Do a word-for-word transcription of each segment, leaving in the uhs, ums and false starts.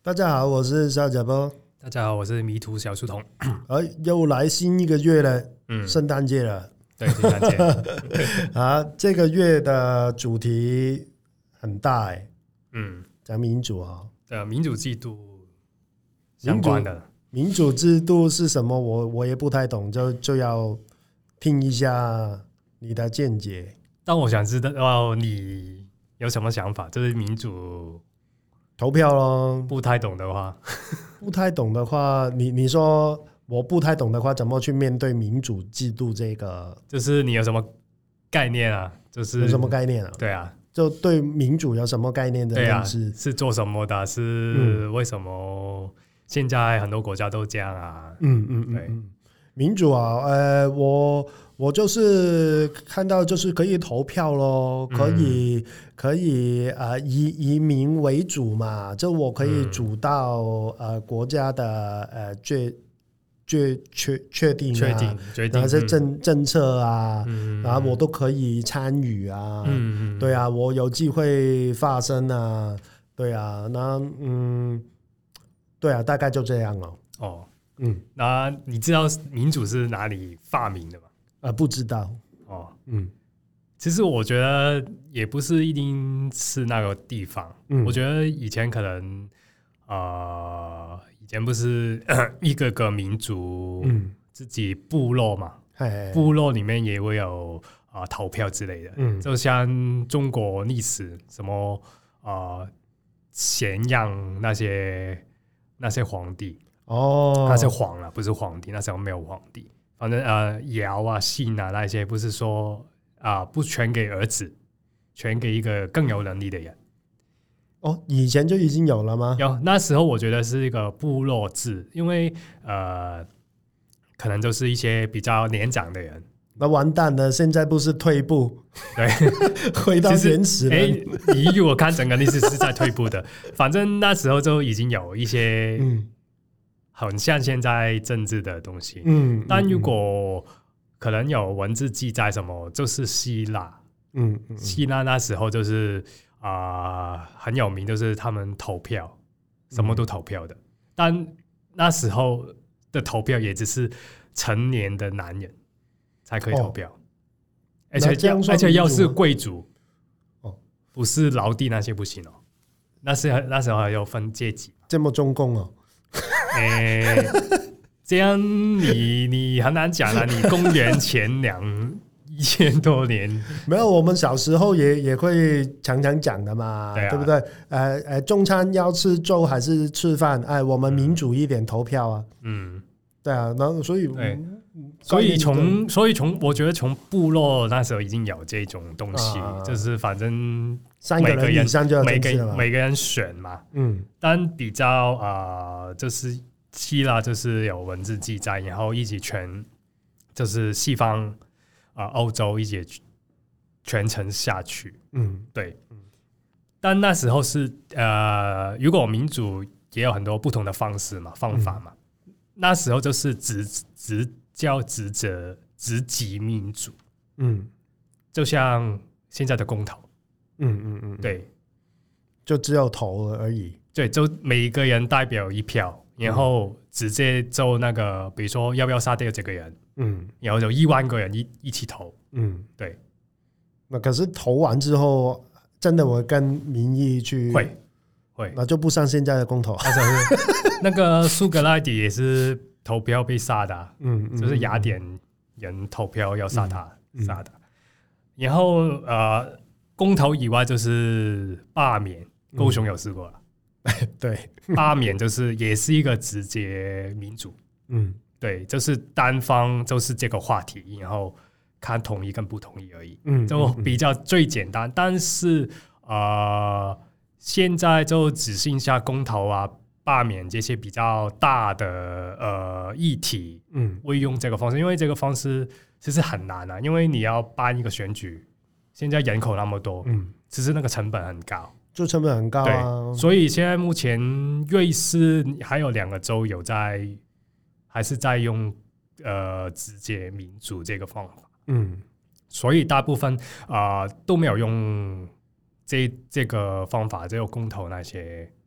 大家好，我是小贾波。 大家好，我是迷途小书童。 哎，又来新一个月了，嗯，圣诞节了。 对，圣诞节啊，这个月的主题很大哎，嗯，讲民主啊、哦， 对，民主制度相关的民主，民主制度是什么？我我也不太懂，就就要听一下你的见解。 但我想知道你有什么想法，就是民主投票咯。 不太懂的话， 不太懂的话，你你说我不太懂的话，怎么去面对民主制度这个？ 就是你有什么概念啊？就是有什么概念啊？ 对啊， 就对民主有什么概念的认识？ 啊、是做什么的？是为什么现在很多国家都这样啊？ 嗯嗯嗯，对，民主啊，呃，我我就是看到就是可以投票咯，可以、嗯、可以呃以以民为主嘛，就我可以主导、嗯、呃国家的呃决决确确定啊， 确定决定， 然后是政、嗯、政策啊、 嗯， 然后我都可以参与啊， 嗯对啊，我有机会发声啊，对啊，那嗯，对啊，大概就这样了。 哦。嗯，那你知道民主是哪里发明的吗？ 呃，不知道。 哦，嗯，其实我觉得也不是一定是那个地方。嗯，我觉得以前可能，呃，以前不是一个个民族，嗯，自己部落嘛，嗯、部落里面也会有啊、呃、投票之类的。嗯，就像中国历史什么啊咸阳那些那些皇帝。哦，那是皇了，不是皇帝。那时候没有皇帝，反正呃，尧啊、信啊那些，不是说啊、呃、不全给儿子，全给一个更有能力的人。 哦，以前就已经有了吗？ 有，那时候我觉得是一个部落制，因为呃，可能就是一些比较年长的人。 那完蛋了，现在不是退步，对，回到原始了。 哎，以我看整个历史是在退步的，反正那时候就已经有一些嗯。很像现在政治的东西，嗯，但如果可能有文字记载什么，就是希腊，嗯，嗯希腊那时候就是啊、呃、很有名，就是他们投票，什么都投票的，嗯、但那时候的投票也只是成年的男人才可以投票，哦、而且要而且要是贵族，哦，不是劳地那些不行哦，那是那时候还有分阶级， 这么中共哦。 欸、这样你你很难讲了、啊。你公元前两一千多年， 没有，我们小时候也也会常常讲的嘛， 对,、啊、对不对？呃呃，中餐要吃粥还是吃饭？哎，我们民主一点投票啊。嗯，对啊，那所以对，所以从所以从我觉得从部落那时候已经有这种东西，啊、就是反正。 三个人以上就要每个每个人选嘛，嗯，但比较啊、呃，就是希腊就是有文字记载，然后一起全就是西方啊、呃、欧洲一起传承下去，嗯，对，嗯，但那时候是呃，如果民主也有很多不同的方式嘛方法嘛，嗯、那时候就是直直叫直者直级民主，嗯，就像现在的公投。嗯嗯嗯，对， 就只有投而已。 对，就每一个人代表一票，然后直接就那个，比如说要不要杀掉这个人，嗯，然后有一万个人一一起投，嗯，对。 那可是投完之后，真的会跟民意去会会， 那就不像现在的公投。 那个苏格拉底也是投票被杀的、啊，嗯，嗯就是雅典人投票要杀他、嗯、杀的，然后呃。公投以外就是罢免，高雄有试过了、 嗯，对， 罢免就是也是一个直接民主，嗯，对，就是单方就是这个话题，然后看同意跟不同意而已，嗯，就比较最简单。嗯、但是呃，现在就只剩下公投啊、罢免这些比较大的呃议题，嗯，会用这个方式，因为这个方式其实很难啊，因为你要办一个选举。现在人口那么多，嗯，其实那个成本很高， 就成本很高啊。 所以现在目前瑞士还有两个州有在，还是在用呃直接民主这个方法，嗯，所以大部分啊、呃、都没有用这这个方法，只有公投那些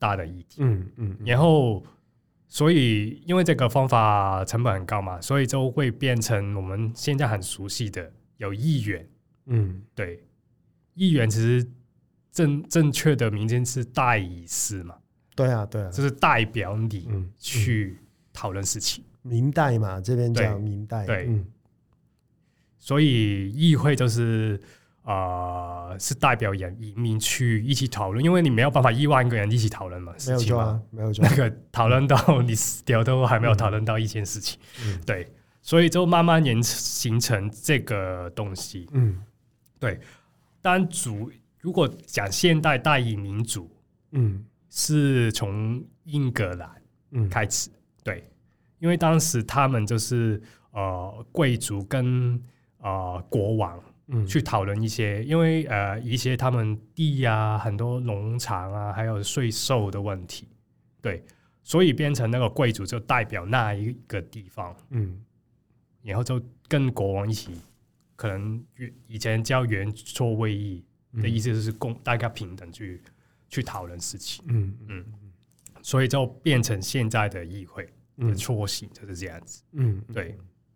大的议题。 嗯嗯， 然后所以因为这个方法成本很高嘛，所以就会变成我们现在很熟悉的有议员。 嗯， 对，议员其实正正确的名称是代议士嘛。 对啊对啊， 就是代表你嗯去讨论事情。 民代嘛，这边叫民代。 对， 嗯， 所以议会就是呃是代表人民去一起讨论，因为你没有办法一万个人一起讨论嘛， 没有错啊，没有错。 那个讨论到你死掉都还没有讨论到一件事情。嗯，对，所以就慢慢演形成这个东西。嗯，对。但主如果讲现代代议民主，嗯。是从英格兰开始。嗯，对，因为当时他们就是呃贵族跟呃国王去讨论一些，嗯，因为呃一些他们地啊，很多农场啊，还有税收的问题，对，所以变成那个贵族就代表那一个地方，嗯，然后就跟国王一起，可能以前叫圆桌会议的意思就是公大家平等去。去讨论事情。嗯嗯，所以就变成现在的议会的雏形，就是这样子。嗯，对。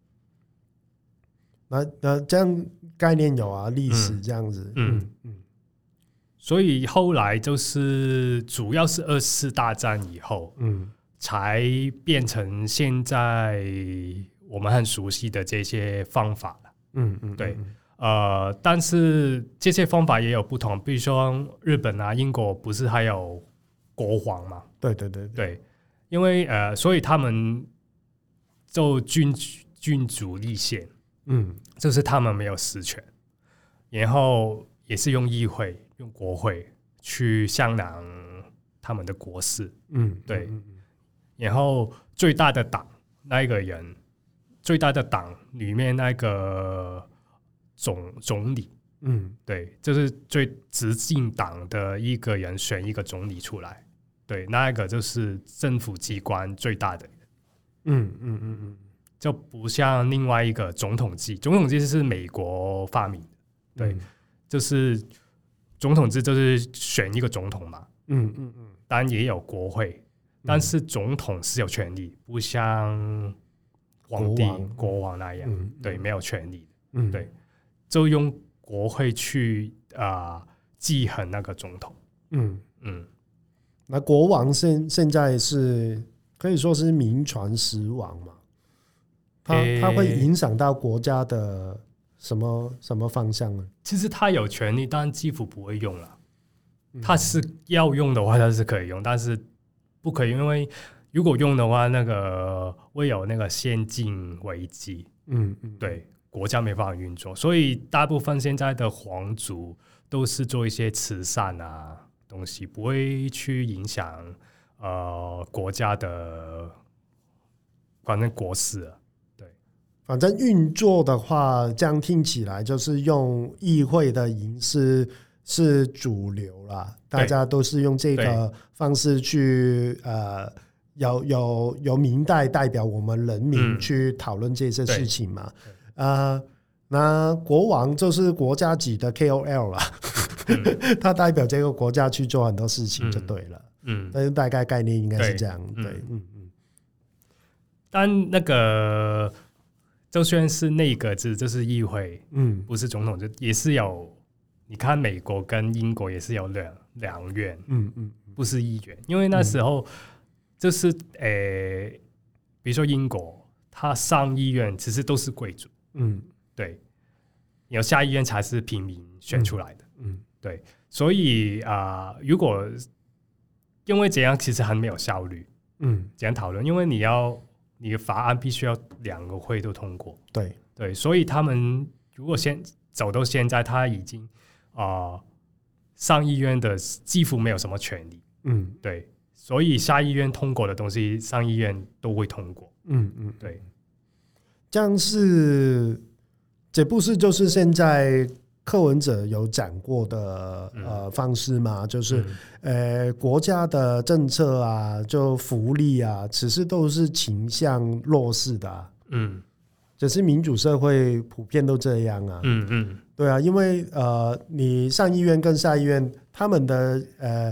那那这样概念有啊，历史这样子。嗯 嗯, 嗯， 所以后来就是主要是二次大战以后，嗯，才变成现在我们很熟悉的这些方法了。嗯嗯，对。呃，但是这些方法也有不同，比如说日本啊、英国不是还有国皇嘛？ 对对对对, 对，因为呃，所以他们就君君主立宪，嗯，就是他们没有实权，然后也是用议会、用国会去商量他们的国事，嗯，对，嗯嗯，然后最大的党那一个人，最大的党里面那个。总总理，嗯，对，就是最执政党的一个人选一个总理出来，对，那一个就是政府机关最大的人，嗯嗯嗯嗯，就不像另外一个总统制，总统制是美国发明的，对，嗯，就是总统制就是选一个总统嘛，嗯嗯嗯，当然也有国会，但是总统是有权利，不像皇帝、国王, 国王那样，嗯，对，没有权利的，嗯，对。就用国会去啊记恨那个总统。嗯嗯，那国王现现在是可以说是名传实亡嘛？他、欸、他会影响到国家的什么什么方向呢？ 其实他有权利，但基辅不会用了。他是要用的话，他是可以用，但是不可以，因为如果用的话，那个会有那个先进危机。嗯嗯，对。国家没办法运作，所以大部分现在的皇族都是做一些慈善啊东西，不会去影响呃国家的反正国事啊。对， 反正运作的话，这样听起来就是用议会的形式是主流啦，大家都是用这个方式去呃有有有民代代表我们人民去讨论这些事情嘛。嗯，呃，那国王就是国家级的 K O L 啦，嗯，他代表这个国家去做很多事情就对了。嗯，但是大概概念应该是这样。对，对，嗯嗯。 但那个就算是内阁制，就是议会，嗯，不是总统制，也是有。你看美国跟英国也是有两两院，嗯嗯，不是议员，因为那时候就是诶，欸，比如说英国，他上议院其实都是贵族。嗯，对，然后下议院才是平民选出来的。嗯，嗯对，所以啊，呃，如果因为这样其实很没有效率。嗯，这样讨论，因为你要你的法案必须要两个会都通过。 对对，所以他们如果先走到现在，他已经啊，呃，上议院的几乎没有什么权利。嗯，对，所以下议院通过的东西，上议院都会通过。嗯嗯，对。 这样是这不是就是现在柯文哲有讲过的，嗯，呃方式吗？就是，嗯，呃国家的政策啊，就福利啊，其实都是倾向弱势的，啊。嗯，只是民主社会普遍都这样啊。嗯嗯，对啊，因为呃你上议院跟下议院他们的呃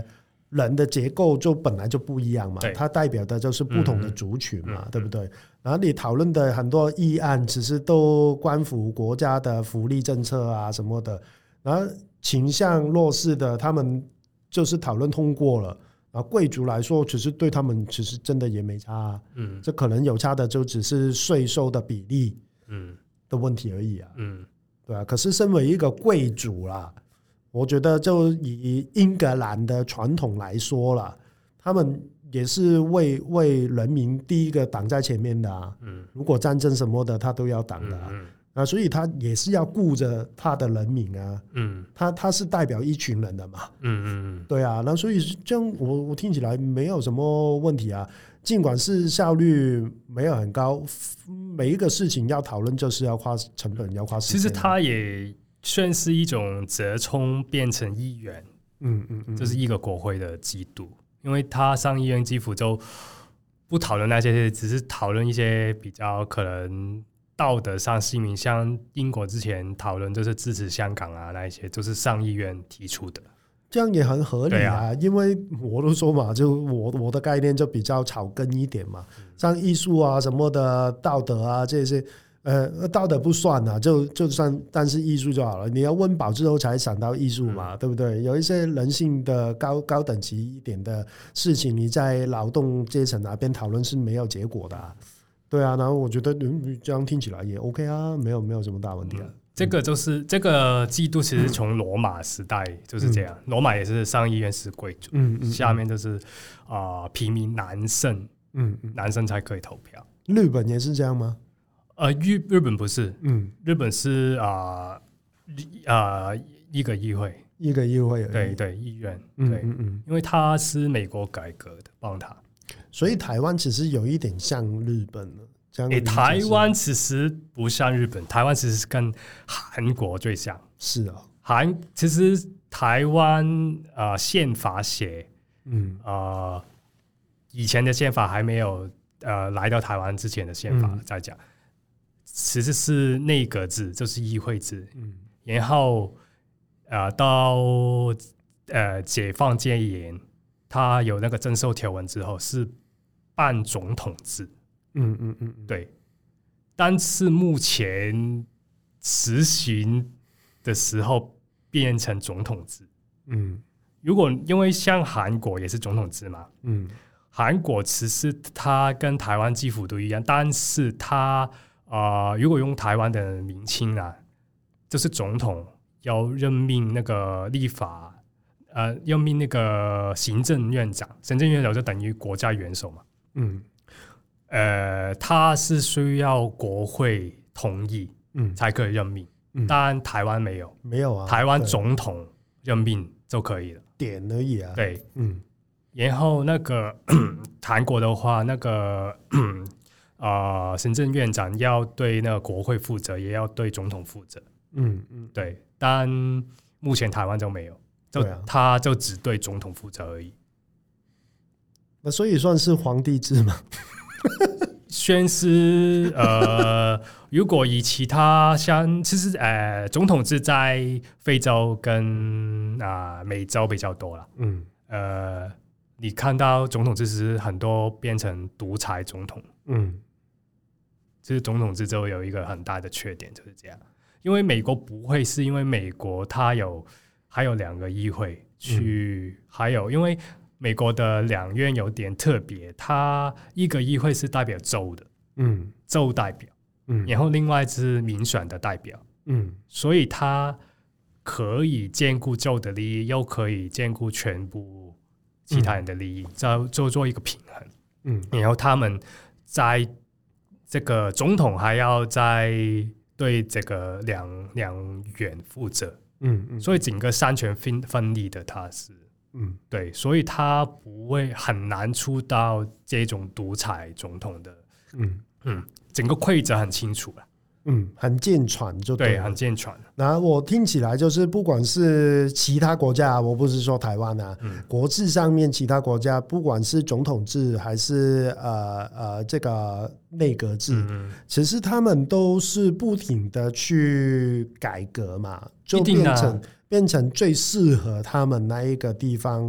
人的结构就本来就不一样嘛，它代表的就是不同的族群嘛，嗯、对不对？然后你讨论的很多议案，其实都关乎国家的福利政策啊什么的，然后倾向弱势的，他们就是讨论通过了。啊，贵族来说，其实对他们其实真的也没差、啊，嗯，这可能有差的就只是税收的比例，嗯，的问题而已啊，嗯，对啊。可是身为一个贵族啦，我觉得就以英格兰的传统来说啦，他们也是为为人民第一个挡在前面的啊，嗯，如果战争什么的，他都要挡的啊。嗯嗯啊，所以他也是要顾着他的人民啊，嗯，他他是代表一群人的嘛，嗯嗯嗯，对啊，那所以这样我我听起来没有什么问题啊，尽管是效率没有很高，每一个事情要讨论就是要花成本，要花时间。 其实他也算是一种折冲变成议员，嗯嗯嗯，这是一个国会的制度，因为他上议院基辅就不讨论那些，只是讨论一些比较可能。道德上是民，像英国之前讨论就是支持香港啊，那一些都是上议院提出的， 这样也很合理 啊, 啊因为我都说嘛，就我我的概念就比较草根一点嘛，嗯、像艺术啊什么的道德啊这些，呃，道德不算啊，就就算但是艺术就好了。你要温饱之后才想到艺术嘛，嗯、对不对？有一些人性的高高等级一点的事情，你在劳动阶层那边讨论是没有结果的、啊。对啊，然后我觉得这样听起来也 OK 啊，没有没有什么大问题啊。嗯、 这个就是这个制度，其实从罗马时代就是这样，嗯、罗马也是上议院是贵族，嗯嗯、下面就是啊、呃、平民男生，嗯，男生才可以投票。 日本也是这样吗？ 呃，日日本不是，嗯，日本是啊啊、呃呃、一个议会， 一个议会而已， 对对，议院，对，嗯嗯，因为他是美国改革的，帮他。 所以台湾其实有一点像日本了，这样、欸、 台湾其实不像日本，台湾其实是跟韩国最像。 是啊， 韩其实台湾呃宪法写，嗯呃以前的宪法还没有呃来到台湾之前的宪法在讲，嗯、其实是内阁制，就是议会制，嗯，然后呃到呃解放戒严，它有那个增收条文之后是。半总统制，嗯嗯嗯，对，但是目前实行的时候变成总统制，嗯，如果因为像韩国也是总统制嘛，嗯，韩国其实它跟台湾基辅都一样，但是它啊、呃，如果用台湾的民亲啊，就是总统要任命那个立法，呃，任命那个行政院长，行政院长就等于国家元首嘛。嗯，呃，他是需要国会同意，嗯，才可以任命。嗯，但台湾没有， 没有啊， 台湾总统任命就可以了， 点而已啊。 对，嗯，然后那个韩国的话，那个呃，行政院长要对那个国会负责，也要对总统负责。嗯嗯，对，但目前台湾就没有，就、啊、他就只对总统负责而已。 那所以算是皇帝制吗？ 宣誓呃，如果以其他像其实呃，总统制在非洲跟啊、呃、美洲比较多了。嗯，呃，你看到总统制是很多变成独裁总统。嗯，就是总统制就有一个很大的缺点就是这样，因为美国不会，是因为美国它有还有两个议会去，嗯、还有因为。美国的两院有点特别，它一个议会是代表州的，嗯，州代表，嗯，然后另外是民选的代表，嗯，所以它可以兼顾州的利益，又可以兼顾全部其他人的利益，就就做一个平衡，嗯，然后他们在这个总统还要在对这个两两院负责，嗯嗯，所以整个三权分分立的，它是。嗯，对，所以他不会很难出到这种独裁总统的，嗯嗯，整个规则很清楚了， 嗯，很健全就 对, 对，很健全。 那我听起来就是，不管是其他国家，我不是说台湾啊，嗯、国制上面其他国家，不管是总统制还是呃呃这个内阁制，嗯、其实他们都是不停的去改革嘛，就变成。变成最适合他们那一个地方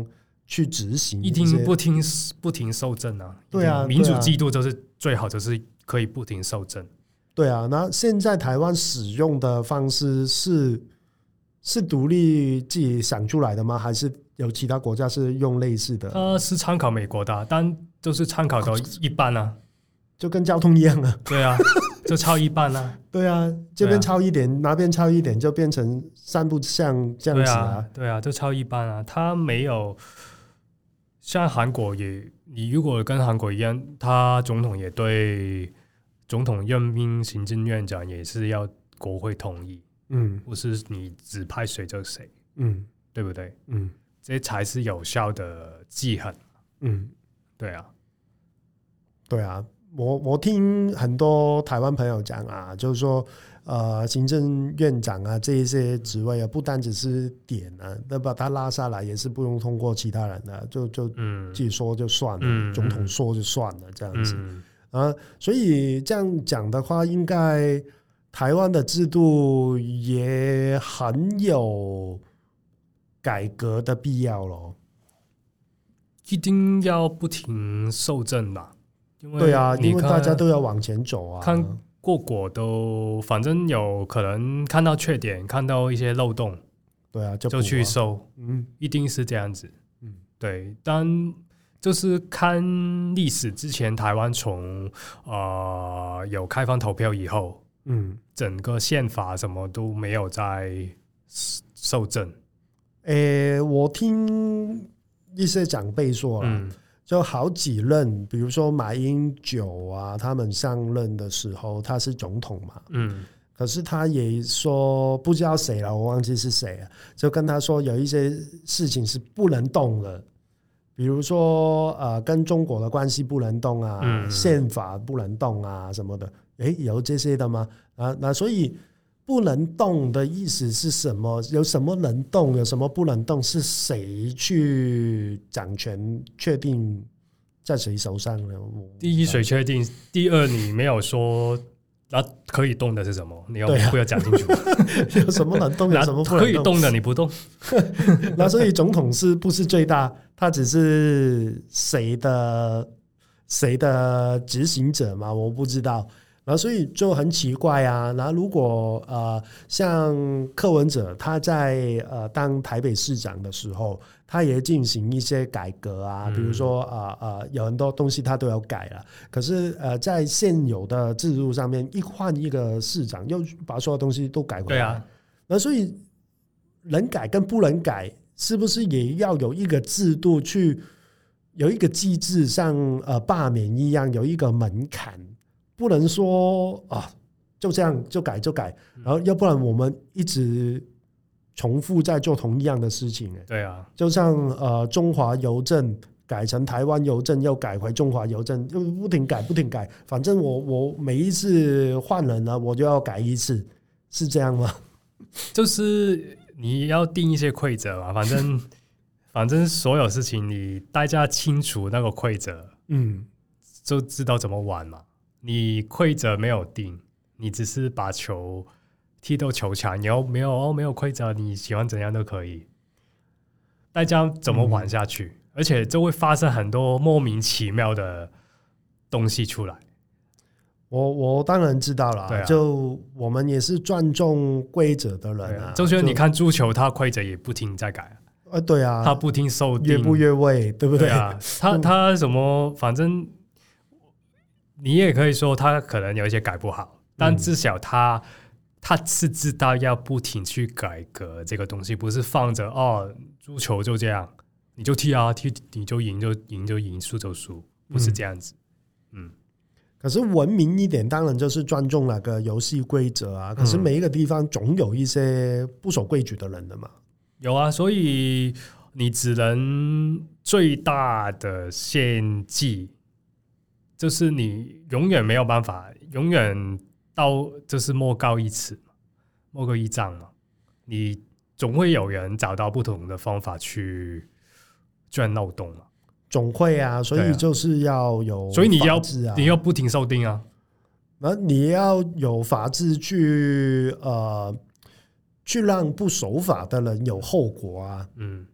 去执行， 一定不停不停受证啊。 对啊， 民主制度就是最好，就是可以不停受证。 对啊，那现在台湾使用的方式是是独立自己想出来的吗？还是有其他国家是用类似的？ 它是参考美国的、啊，但都是参考的一半啊， 就跟交通一样啊。 对啊，就超一半啊。 对啊，这边超一点，啊、那边超一点，就变成三不像这样子啊。 对啊，对啊，就超一半啊。它没有像韩国也，你如果跟韩国一样，他总统也对。总统任命行政院长也是要国会同意，嗯，不是你指派谁就谁，嗯，对不对？嗯，这才是有效的记恨，嗯，对啊， 对啊，我我听很多台湾朋友讲啊，就是说，呃，行政院长啊这一些职位啊，不单只是点啊，那把他拉下来也是不用通过其他人的，就就自己说就算了，嗯、总统说就算了这样子。嗯啊，所以这样讲的话，应该台湾的制度也很有改革的必要咯。 一定要不停受证吧？因为对啊，因为大家都要往前走啊。 看过果都，反正有可能看到缺点，看到一些漏洞， 对啊，就, 就去收，嗯，一定是这样子，嗯，对，但。就是看历史之前，台湾从呃有开放投票以后，嗯，整个宪法什么都没有在受证。 诶，我听一些长辈说了，嗯、就好几任，比如说马英九啊，他们上任的时候，他是总统嘛，嗯，可是他也说不知道谁了，我忘记是谁了，就跟他说有一些事情是不能动的。比如说，呃，跟中国的关系不能动啊，嗯、宪法不能动啊，什么的，诶，有这些的吗？啊，那所以不能动的意思是什么？有什么能动，有什么不能动？是谁去掌权确定在谁手上呢？ 第一，谁确定？第二，你没有说。那可以动的是什么？你要不要讲清楚？ 有什么能动，有什么不能动？ 可以动的你不动。 那所以总统是不是最大？他只是谁的谁的执行者嘛？我不知道。然后所以就很奇怪啊。然后如果呃像柯文哲他在呃当台北市长的时候，他也进行一些改革啊，比如说呃呃有很多东西他都有改了。可是呃在现有的制度上面，一换一个市长，又把所有东西都改回来。对啊。那所以能改跟不能改，是不是也要有一个制度去有一个机制，像呃罢免一样有一个门槛？不能说啊，就这样就改就改，然后要不然我们一直重复在做同一样的事情。 对啊， 就像呃中华邮政改成台湾邮政，又改回中华邮政，就不停改不停改，反正我我每一次换人了，我就要改一次，是这样吗？ 就是你要定一些规则嘛，反正反正所有事情你大家清楚那个规则，嗯，就知道怎么玩嘛。你规则没有定，你只是把球踢到球场，你要没有哦，没有规则，你喜欢怎样都可以，大家怎么玩下去？嗯、而且就会发生很多莫名其妙的东西出来。 我我当然知道了，啊、就我们也是尊重规则的人啊。 就像你看足球，他规则也不停在改啊。 呃，对啊， 他不停受定， 越不越位，对不对？ 对啊，他他什么，反正。你也可以说他可能有一些改不好，但至少他、嗯、他是知道要不停去改革这个东西，不是放着哦，足球就这样，你就踢啊，踢你就赢就赢就赢，输就输，不是这样子。嗯，嗯可是文明一点，当然就是尊重那个游戏规则啊。可是每一个地方总有一些不守规矩的人的嘛。 有啊，所以你只能最大的限制。就是你永远没有办法，永远到就是莫告一词，莫告一丈嘛。你总会有人找到不同的方法去钻漏洞嘛。 总会啊，所以就是要有法治啊， 所以你要你要不停受定啊， 那你要有法治去呃去让不守法的人有后果啊。嗯。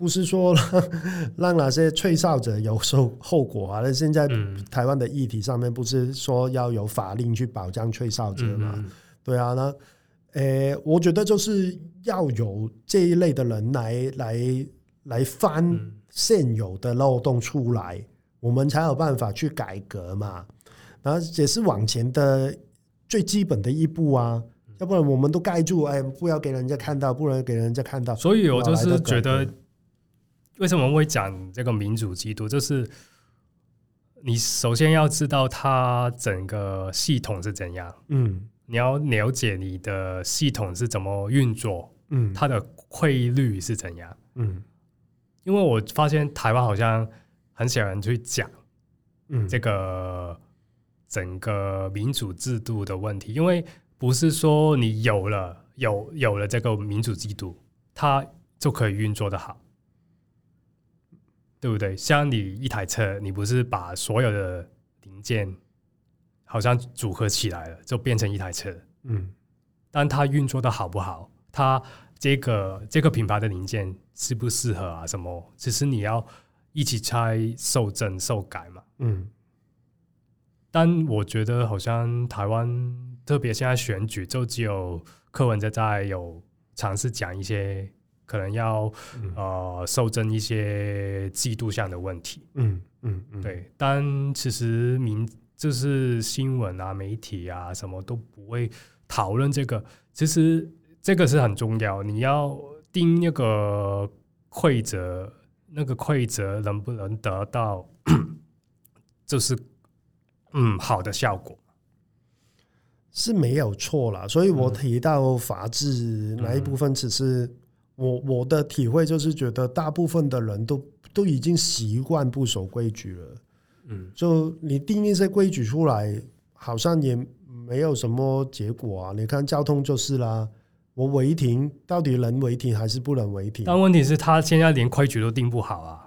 不是说 让, 让那些吹哨者有受后果啊。那现在台湾的议题上面不是说要有法令去保障吹哨者嘛？嗯嗯对啊，那呃，我觉得就是要有这一类的人来来来翻现有的漏洞出来，嗯、我们才有办法去改革嘛。然后也是往前的最基本的一步啊。要不然我们都盖住，哎，不要给人家看到，不能给人家看到。 所以我就是觉得，为什么会讲这个民主制度，就是你首先要知道它整个系统是怎样，嗯，你要了解你的系统是怎么运作，嗯，它的规律是怎样，嗯，因为我发现台湾好像很少人去讲，嗯，这个整个民主制度的问题，因为不是说你有了有有了这个民主制度，它就可以运作的好，对不对？像你一台车，你不是把所有的零件好像组合起来了，就变成一台车，嗯，但它运作的好不好，它这个这个品牌的零件适不适合啊？什么？其实你要一起拆受证受改嘛，嗯。但我觉得好像台湾，特别现在选举，就只有柯文哲在有尝试讲一些可能要、嗯、呃受证一些制度上的问题，嗯嗯嗯，对。但其实民就是新闻啊、媒体啊什么都不会讨论这个。其实这个是很重要，你要定那个规则，那个规则能不能得到，就是。嗯，好的效果是没有错啦，所以我提到法治那一部分，其实我我的体会就是觉得大部分的人都都已经习惯不守规矩了。嗯，就你定一些规矩出来，好像也没有什么结果啊。你看交通就是啦，我违停到底能违停还是不能违停？ 但问题是，他现在连规矩都定不好啊。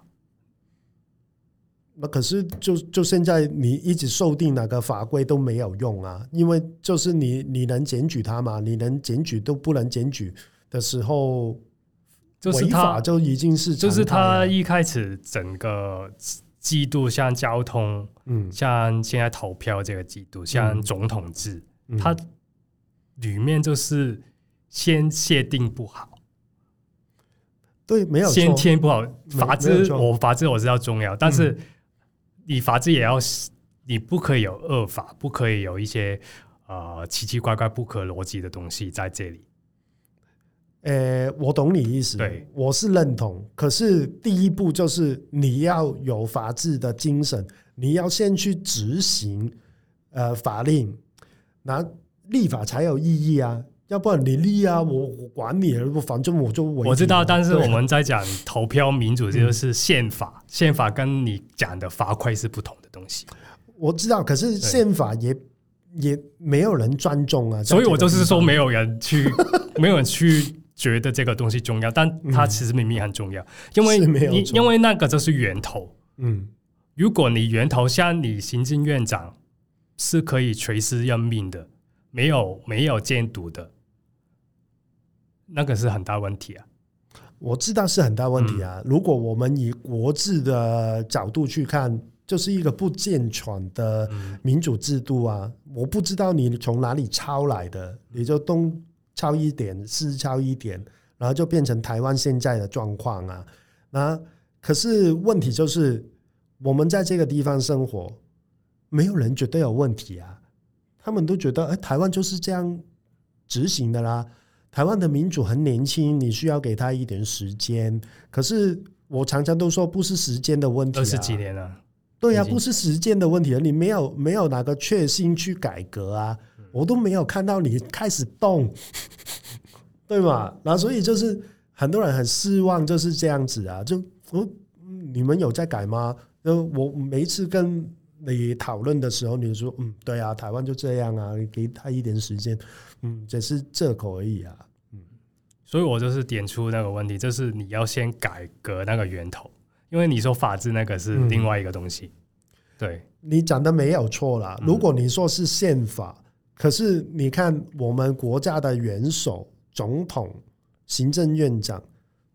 那可是就就现在你一直受定哪个法规都没有用啊，因为就是你你能检举他嘛，你能检举都不能检举的时候， 就是违法就已经是就是他一开始整个制度，像交通，嗯，像现在投票这个制度，像总统制，嗯、它里面就是先限定不好。 对，没有错， 先天不好。法治，我法治我知道重要，但是你法治也要，你不可以有恶法，不可以有一些呃奇奇怪怪、不可逻辑的东西在这里。 呃，我懂你意思，对，我是认同。可是第一步就是你要有法治的精神，你要先去执行呃法令，那立法才有意义啊。要不然你立啊，我我管你，反正我就违。 我知道，但是我们在讲投票民主，就是宪法，宪法跟你讲的法规是不同的东西。 我知道，可是宪法也也没有人尊重啊， 所以我就是说，没有人去，没有人去觉得这个东西重要，但它其实明明很重要，因为你因为那个就是源头。嗯，如果你源头像你行政院长是可以随时任命的，没有没有监督的。那个是很大问题啊， 我知道是很大问题啊。嗯、如果我们以国制的角度去看，就是一个不健全的民主制度啊。嗯、我不知道你从哪里抄来的，你就东抄一点，西抄一点，然后就变成台湾现在的状况啊。那可是问题就是，我们在这个地方生活，没有人觉得有问题啊。他们都觉得，哎，台湾就是这样执行的啦。台湾的民主很年轻，你需要给他一点时间。可是我常常都说，不是时间的问题、啊， 二十几年了， 对啊，不是时间的问题，你没有没有哪个决心去改革啊，嗯、我都没有看到你开始动，对吗？然后所以就是很多人很失望，就是这样子啊，就哦，你们有在改吗？我每一次跟你讨论的时候，你就说嗯，对啊，台湾就这样啊，你给他一点时间。嗯，只是借口而已啊。嗯， 所以我就是点出那个问题，就是你要先改革那个源头，因为你说法治那个是另外一个东西。嗯、对， 你讲的没有错啦。如果你说是宪法，嗯、可是你看我们国家的元首、总统、行政院长，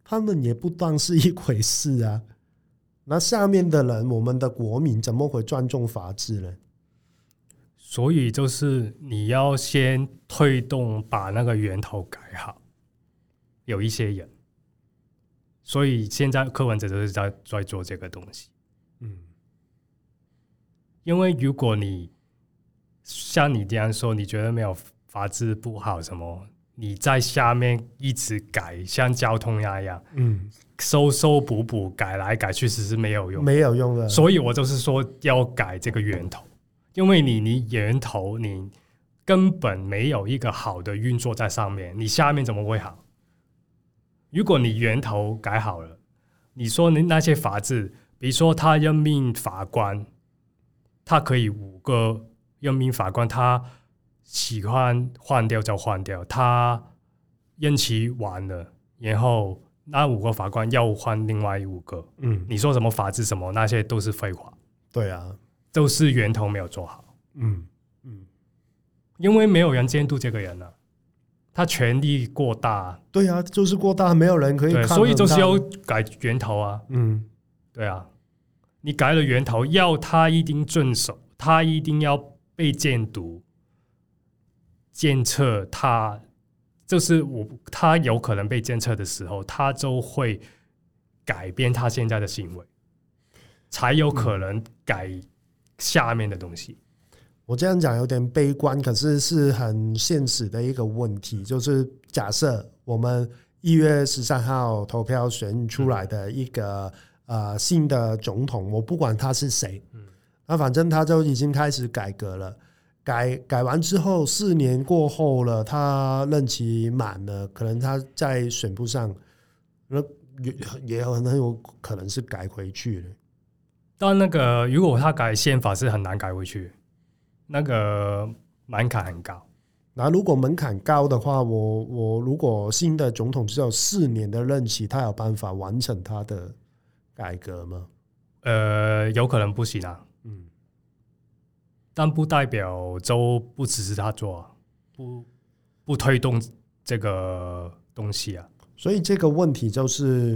他们也不当是一回事啊。那下面的人，我们的国民怎么会尊重法治呢？ 所以就是你要先推动把那个源头改好，有一些人，所以现在柯文哲就是在在做这个东西。嗯，因为如果你像你这样说，你觉得没有法治不好什么，你在下面一直改，像交通那样，嗯，修修补补改来改去，其实没有用， 没有用的。 所以我就是说要改这个源头。因为你你源头你根本没有一个好的运作在上面，你下面怎么会好？如果你源头改好了，你说你那些法治，比如说他任命法官，他可以五个任命法官，他喜欢换掉就换掉，他任期完了，然后那五个法官要换另外五个，嗯，你说什么法治什么那些都是废话。 对啊。 都是源头没有做好，嗯嗯，因为没有人监督这个人啊，他权力过大， 对啊，就是过大，没有人可以看， 所以就是要改源头啊， 嗯， 对啊，你改了源头，要他一定遵守，他一定要被监督、监测，他就是我，他有可能被监测的时候，他就会改变他现在的行为，才有可能改。下面的东西， 我这样讲有点悲观，可是是很现实的一个问题。就是假设我们一月十三号投票选出来的一个、嗯、呃新的总统，我不管他是谁，嗯，那反正他就已经开始改革了。改改完之后，四年过后了，他任期满了，可能他再选不上，那也也很有可能是改回去了。 但那个如果他改宪法是很难改回去，那个门槛很高。 那如果门槛高的话，我我如果新的总统只有四年的任期，他有办法完成他的改革吗？ 呃，有可能不行啊。嗯，但不代表就不支持他做、啊，不不推动这个东西啊。 所以这个问题就是。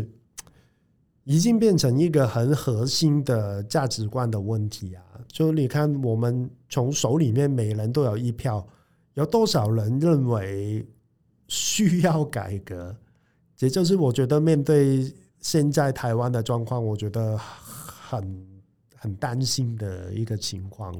已经变成一个很核心的价值观的问题啊！就你看，我们从手里面每人都有一票，有多少人认为需要改革？也就是我觉得面对现在台湾的状况，我觉得很很担心的一个情况。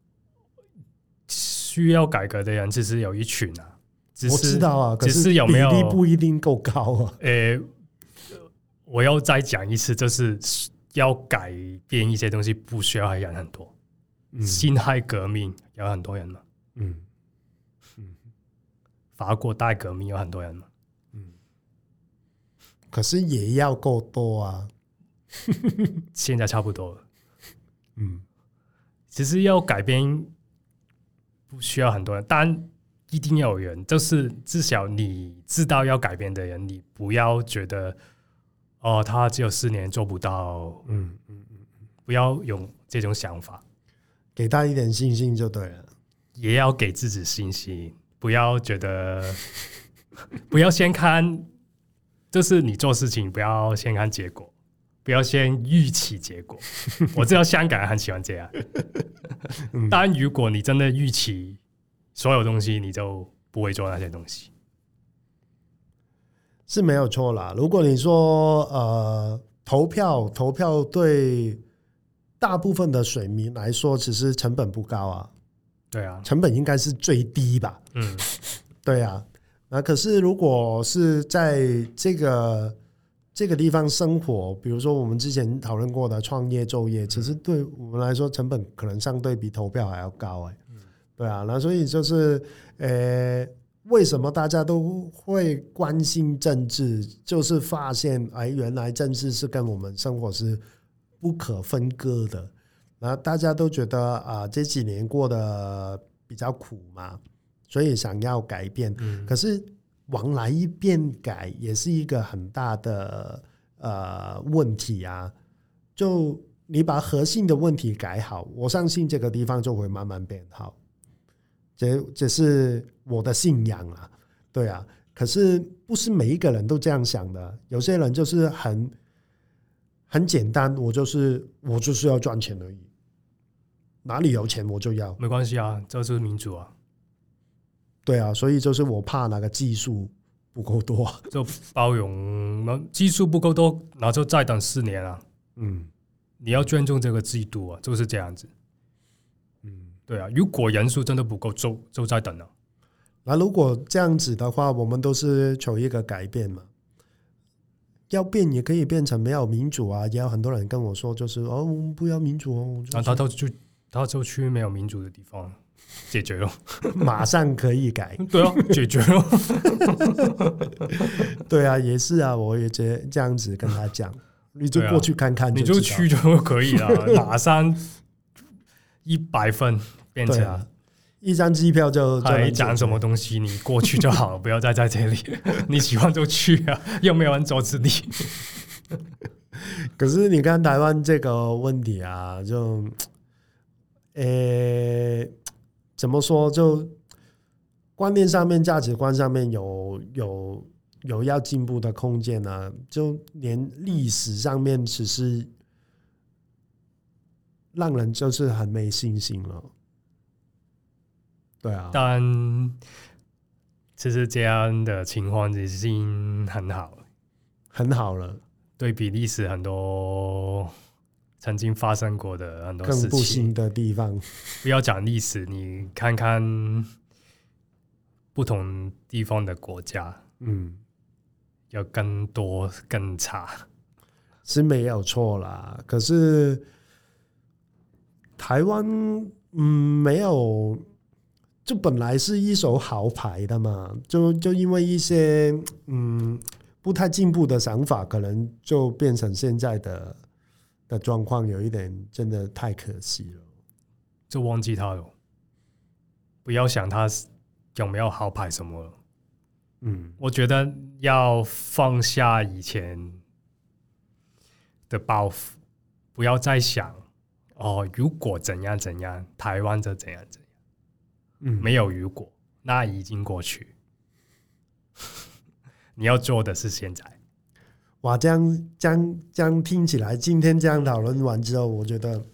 需要改革的人其实有一群啊，只是我知道啊，可是有没有比例不一定够高啊？ 呃我要再讲一次，就是要改变一些东西，不需要人很多。嗯、辛亥革命有很多人嘛，嗯嗯，法国大革命有很多人嘛，嗯， 可是也要够多啊。 现在差不多了，嗯，其实要改变不需要很多人，但一定要有人，就是至少你知道要改变的人，你不要觉得。哦，他只有四年做不到，嗯嗯嗯，不要有这种想法， 给他一点信心就对了， 也要给自己信心，不要觉得，不要先看，就是你做事情不要先看结果，不要先预期结果。我知道香港人很喜欢这样，嗯、但如果你真的预期所有东西，你就不会做那些东西。 是没有错啦。如果你说呃投票投票对大部分的水民来说，其实成本不高啊。 对啊， 成本应该是最低吧。嗯，对啊。那可是如果是在这个这个地方生活，比如说我们之前讨论过的创业就业，其实对我们来说成本可能相对比投票还要高哎、欸。嗯，对啊。那所以就是呃。为什么大家都会关心政治？就是发现，哎，原来政治是跟我们生活是不可分割的。然后大家都觉得啊、呃，这几年过得比较苦嘛，所以想要改变。嗯、可是往来一变改也是一个很大的呃问题啊。就你把核心的问题改好，我相信这个地方就会慢慢变好。这这是我的信仰啊，对啊， 可是不是每一个人都这样想的，有些人就是很很简单，我就是我就是要赚钱而已，哪里有钱我就要， 没关系啊，这就是民主啊。 对啊，所以就是我怕那个技术不够多， 就包容技术不够多，然后就再等四年啊。 嗯， 你要尊重这个制度啊，就是这样子。嗯，对啊，如果人数真的不够，就就再等了。 那如果这样子的话，我们都是求一个改变嘛。要变也可以变成没有民主啊，也有很多人跟我说，就是哦，我们不要民主哦。就是、 啊，他都去，他就去没有民主的地方解决了， 马上可以改。 对啊，解决了。 对啊，也是啊，我也这这样子跟他讲，你就过去看看就知道、 啊，你就去就可以了，马上一百分变成。 啊，一张机票就还讲什么东西？你过去就好了，不要再在这里。你喜欢就去啊，又没有人阻止你。 可是你看台湾这个问题啊，就，呃，怎么说？就观念上面、价值观上面有有有要进步的空间啊，就连历史上面只是让人就是很没信心了。对啊， 但其实这样的情况已经很好， 很好了。 对比历史很多曾经发生过的很多事情， 更不幸的地方。 不要讲历史，你看看不同地方的国家，嗯，要更多更差是没有错啦。可是台湾，嗯，没有。就本来是一手好牌的嘛，就就因为一些嗯不太进步的想法，可能就变成现在的的状况，有一点真的太可惜了。 就忘记他了，不要想他有没有好牌什么了。嗯，我觉得要放下以前的包袱，不要再想哦，如果怎样怎样，台湾就怎样怎样。嗯，没有如果，那已经过去。你要做的是现在。 哇，这样这样这样听起来，今天这样讨论完之后，我觉得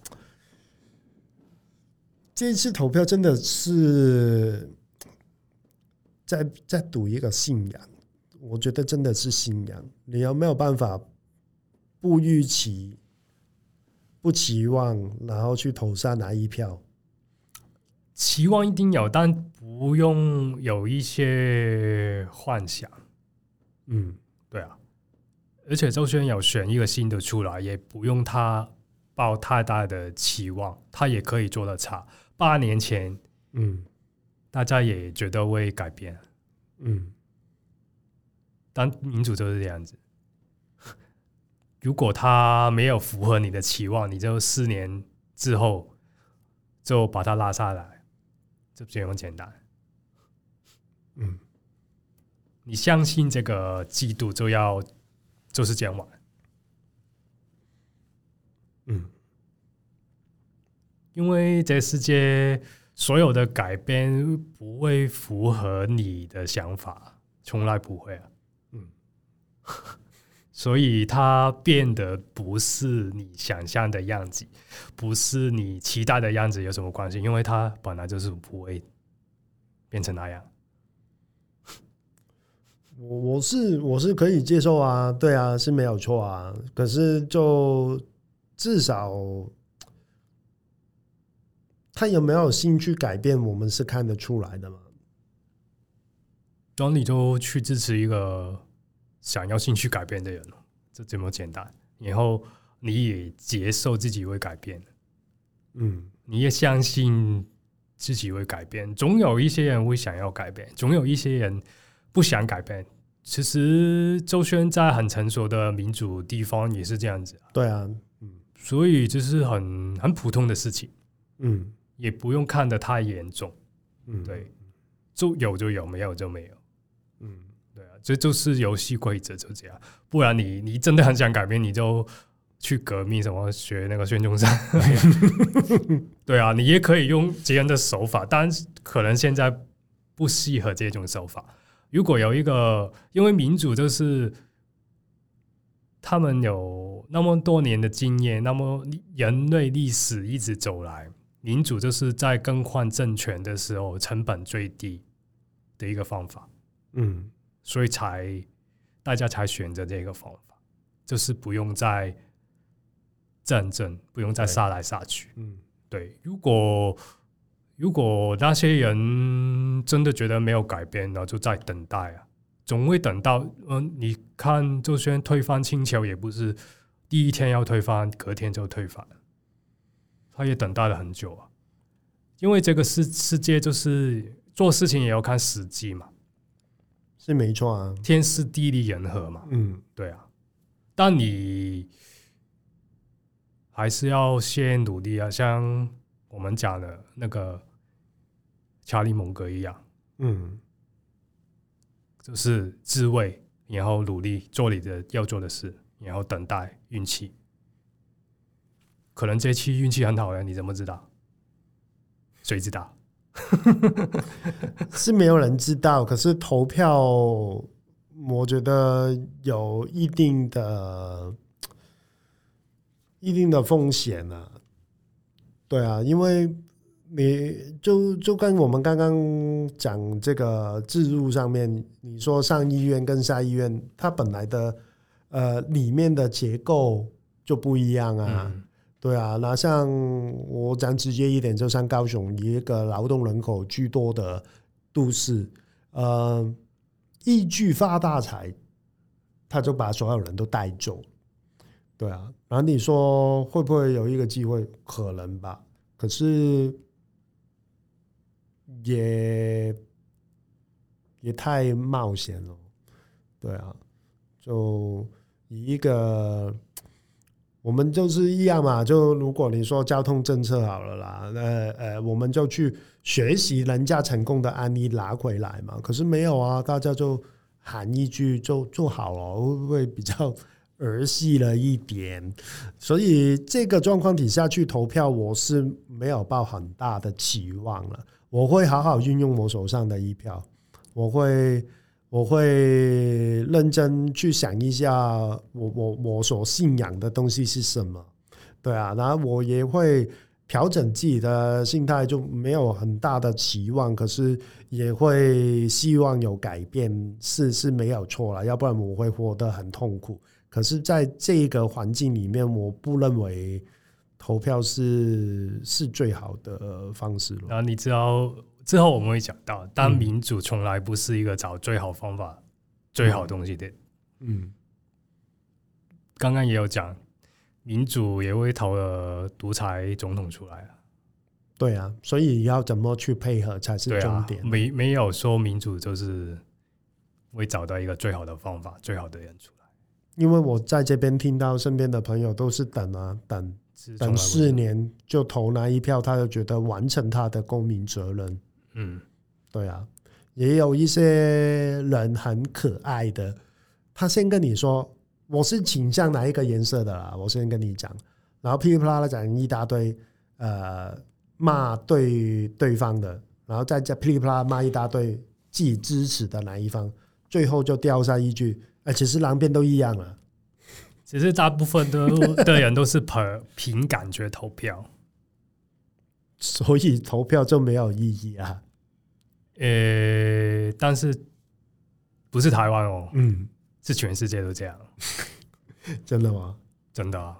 这次投票真的是在在赌一个信仰。我觉得真的是信仰。你有没有办法不预期、不期望，然后去投下哪一票？ 期望一定有，但不用有一些幻想。嗯，对啊。而且周轩有选一个新的出来，也不用他抱太大的期望，他也可以做得差。八年前，嗯，大家也觉得会改变。嗯，但民主就是这样子。如果他没有符合你的期望，你就四年之后就把他拉下来。这就很简单，嗯，你相信这个制度就要就是这样玩，嗯，因为这世界所有的改变不会符合你的想法，从来不会啊，嗯，所以它变得不是你想象的样子，不是你期待的样子，有什么关系？因为它本来就是不会变成那样。 我我是我是可以接受啊，对啊，是没有错啊。可是就至少他有没有兴趣改变，我们是看得出来的嘛。 然后你就去支持一个想要兴趣改变的人，这这么简单。然后你也接受自己会改变，嗯，你也相信自己会改变。总有一些人会想要改变，总有一些人不想改变。其实周轩在很成熟的民主地方也是这样子、啊， 对啊， 嗯，所以这是很很普通的事情， 嗯， 也不用看得太严重， 嗯， 对，就有就有，没有就没有。 嗯， 对啊，这就是游戏规则，就这样。不然你你真的很想改变，你就去革命，什么学那个孙中山。对啊，你也可以用这样的手法，但可能现在不适合这种手法， 如果有一个，因为民主就是他们有那么多年的经验，那么人类历史一直走来，民主就是在更换政权的时候成本最低的一个方法。嗯，所以才大家才选择这个方法，就是不用再战争，不用再杀来杀去。嗯，对。如果如果那些人真的觉得没有改变，然后就在等待啊，总会等到。嗯，你看，就算推翻清朝，也不是第一天要推翻，隔天就推翻了，他也等待了很久啊。因为这个世世界就是做事情也要看时机嘛。 是没错啊， 天时地利人和嘛，嗯，对啊，但你还是要先努力啊，像我们讲的那个查理蒙格一样，嗯，就是自卫，然后努力做你的要做的事，然后等待运气，可能这期运气很好呀，你怎么知道？谁知道？ 是没有人知道，可是投票我觉得有一定的一定的风险啊。对啊，因为你就就跟我们刚刚讲这个制度上面，你说上议院跟下议院，它本来的呃里面的结构就不一样啊。嗯，对啊，那像我讲直接一点，就像高雄一个劳动人口居多的都市，呃，一句发大财，他就把所有人都带走，对啊。然后你说会不会有一个机会？可能吧，可是也也太冒险了，对啊，就以一个。我们就是一样嘛，就如果你说交通政策好了啦，呃呃，我们就去学习人家成功的案例拿回来嘛。可是没有啊，大家就喊一句就就好了，会不会比较儿戏了一点？所以这个状况底下去投票，我是没有抱很大的期望了。我会好好运用我手上的一票，我会。我会认真去想一下我，我我所信仰的东西是什么，对啊，然后我也会调整自己的心态，就没有很大的期望，可是也会希望有改变，是是没有错啦，要不然我会活得很痛苦。可是在这个环境里面，我不认为投票是是最好的方式了。 然后你知道。之后我们会讲到，但民主从来不是一个找最好方法、嗯、最好东西的。嗯，刚刚也有讲，民主也会投了独裁总统出来了。 对啊，所以要怎么去配合才是重点。 啊、没没有说民主就是会找到一个最好的方法、最好的人出来。 因为我在这边听到身边的朋友都是等啊等，等四年就投那一票，他就觉得完成他的公民责任。嗯，对啊，也有一些人很可爱的，他先跟你说我是倾向哪一个颜色的啦，我先跟你讲，然后噼里啪啦的讲一大堆，呃，骂对对方的，然后再噼里啪啦骂一大堆自己支持的哪一方，最后就掉下一句，哎，其实两边都一样了。 其实大部分的的人都是凭感觉投票。 所以投票就没有意义啊。 呃，但是不是台湾哦，嗯，是全世界都这样。 真的吗？ 真的啊。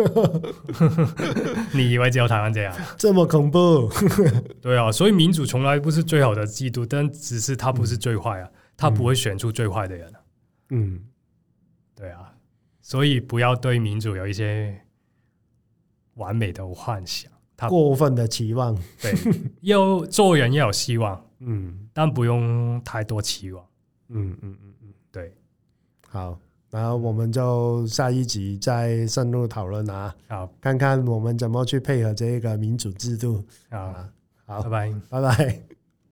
你以为只有台湾这样？ 这么恐怖？ 对啊，所以民主从来不是最好的制度，但只是它不是最坏啊，它不会选出最坏的人啊。嗯，对啊，所以不要对民主有一些完美的幻想。 过分的期望， 对，要做人要有希望，嗯，但不用太多期望，嗯嗯嗯嗯，对， 好，然后我们就下一集再深入讨论啊， 好， 看看我们怎么去配合这个民主制度啊， 好， 拜拜， 拜拜。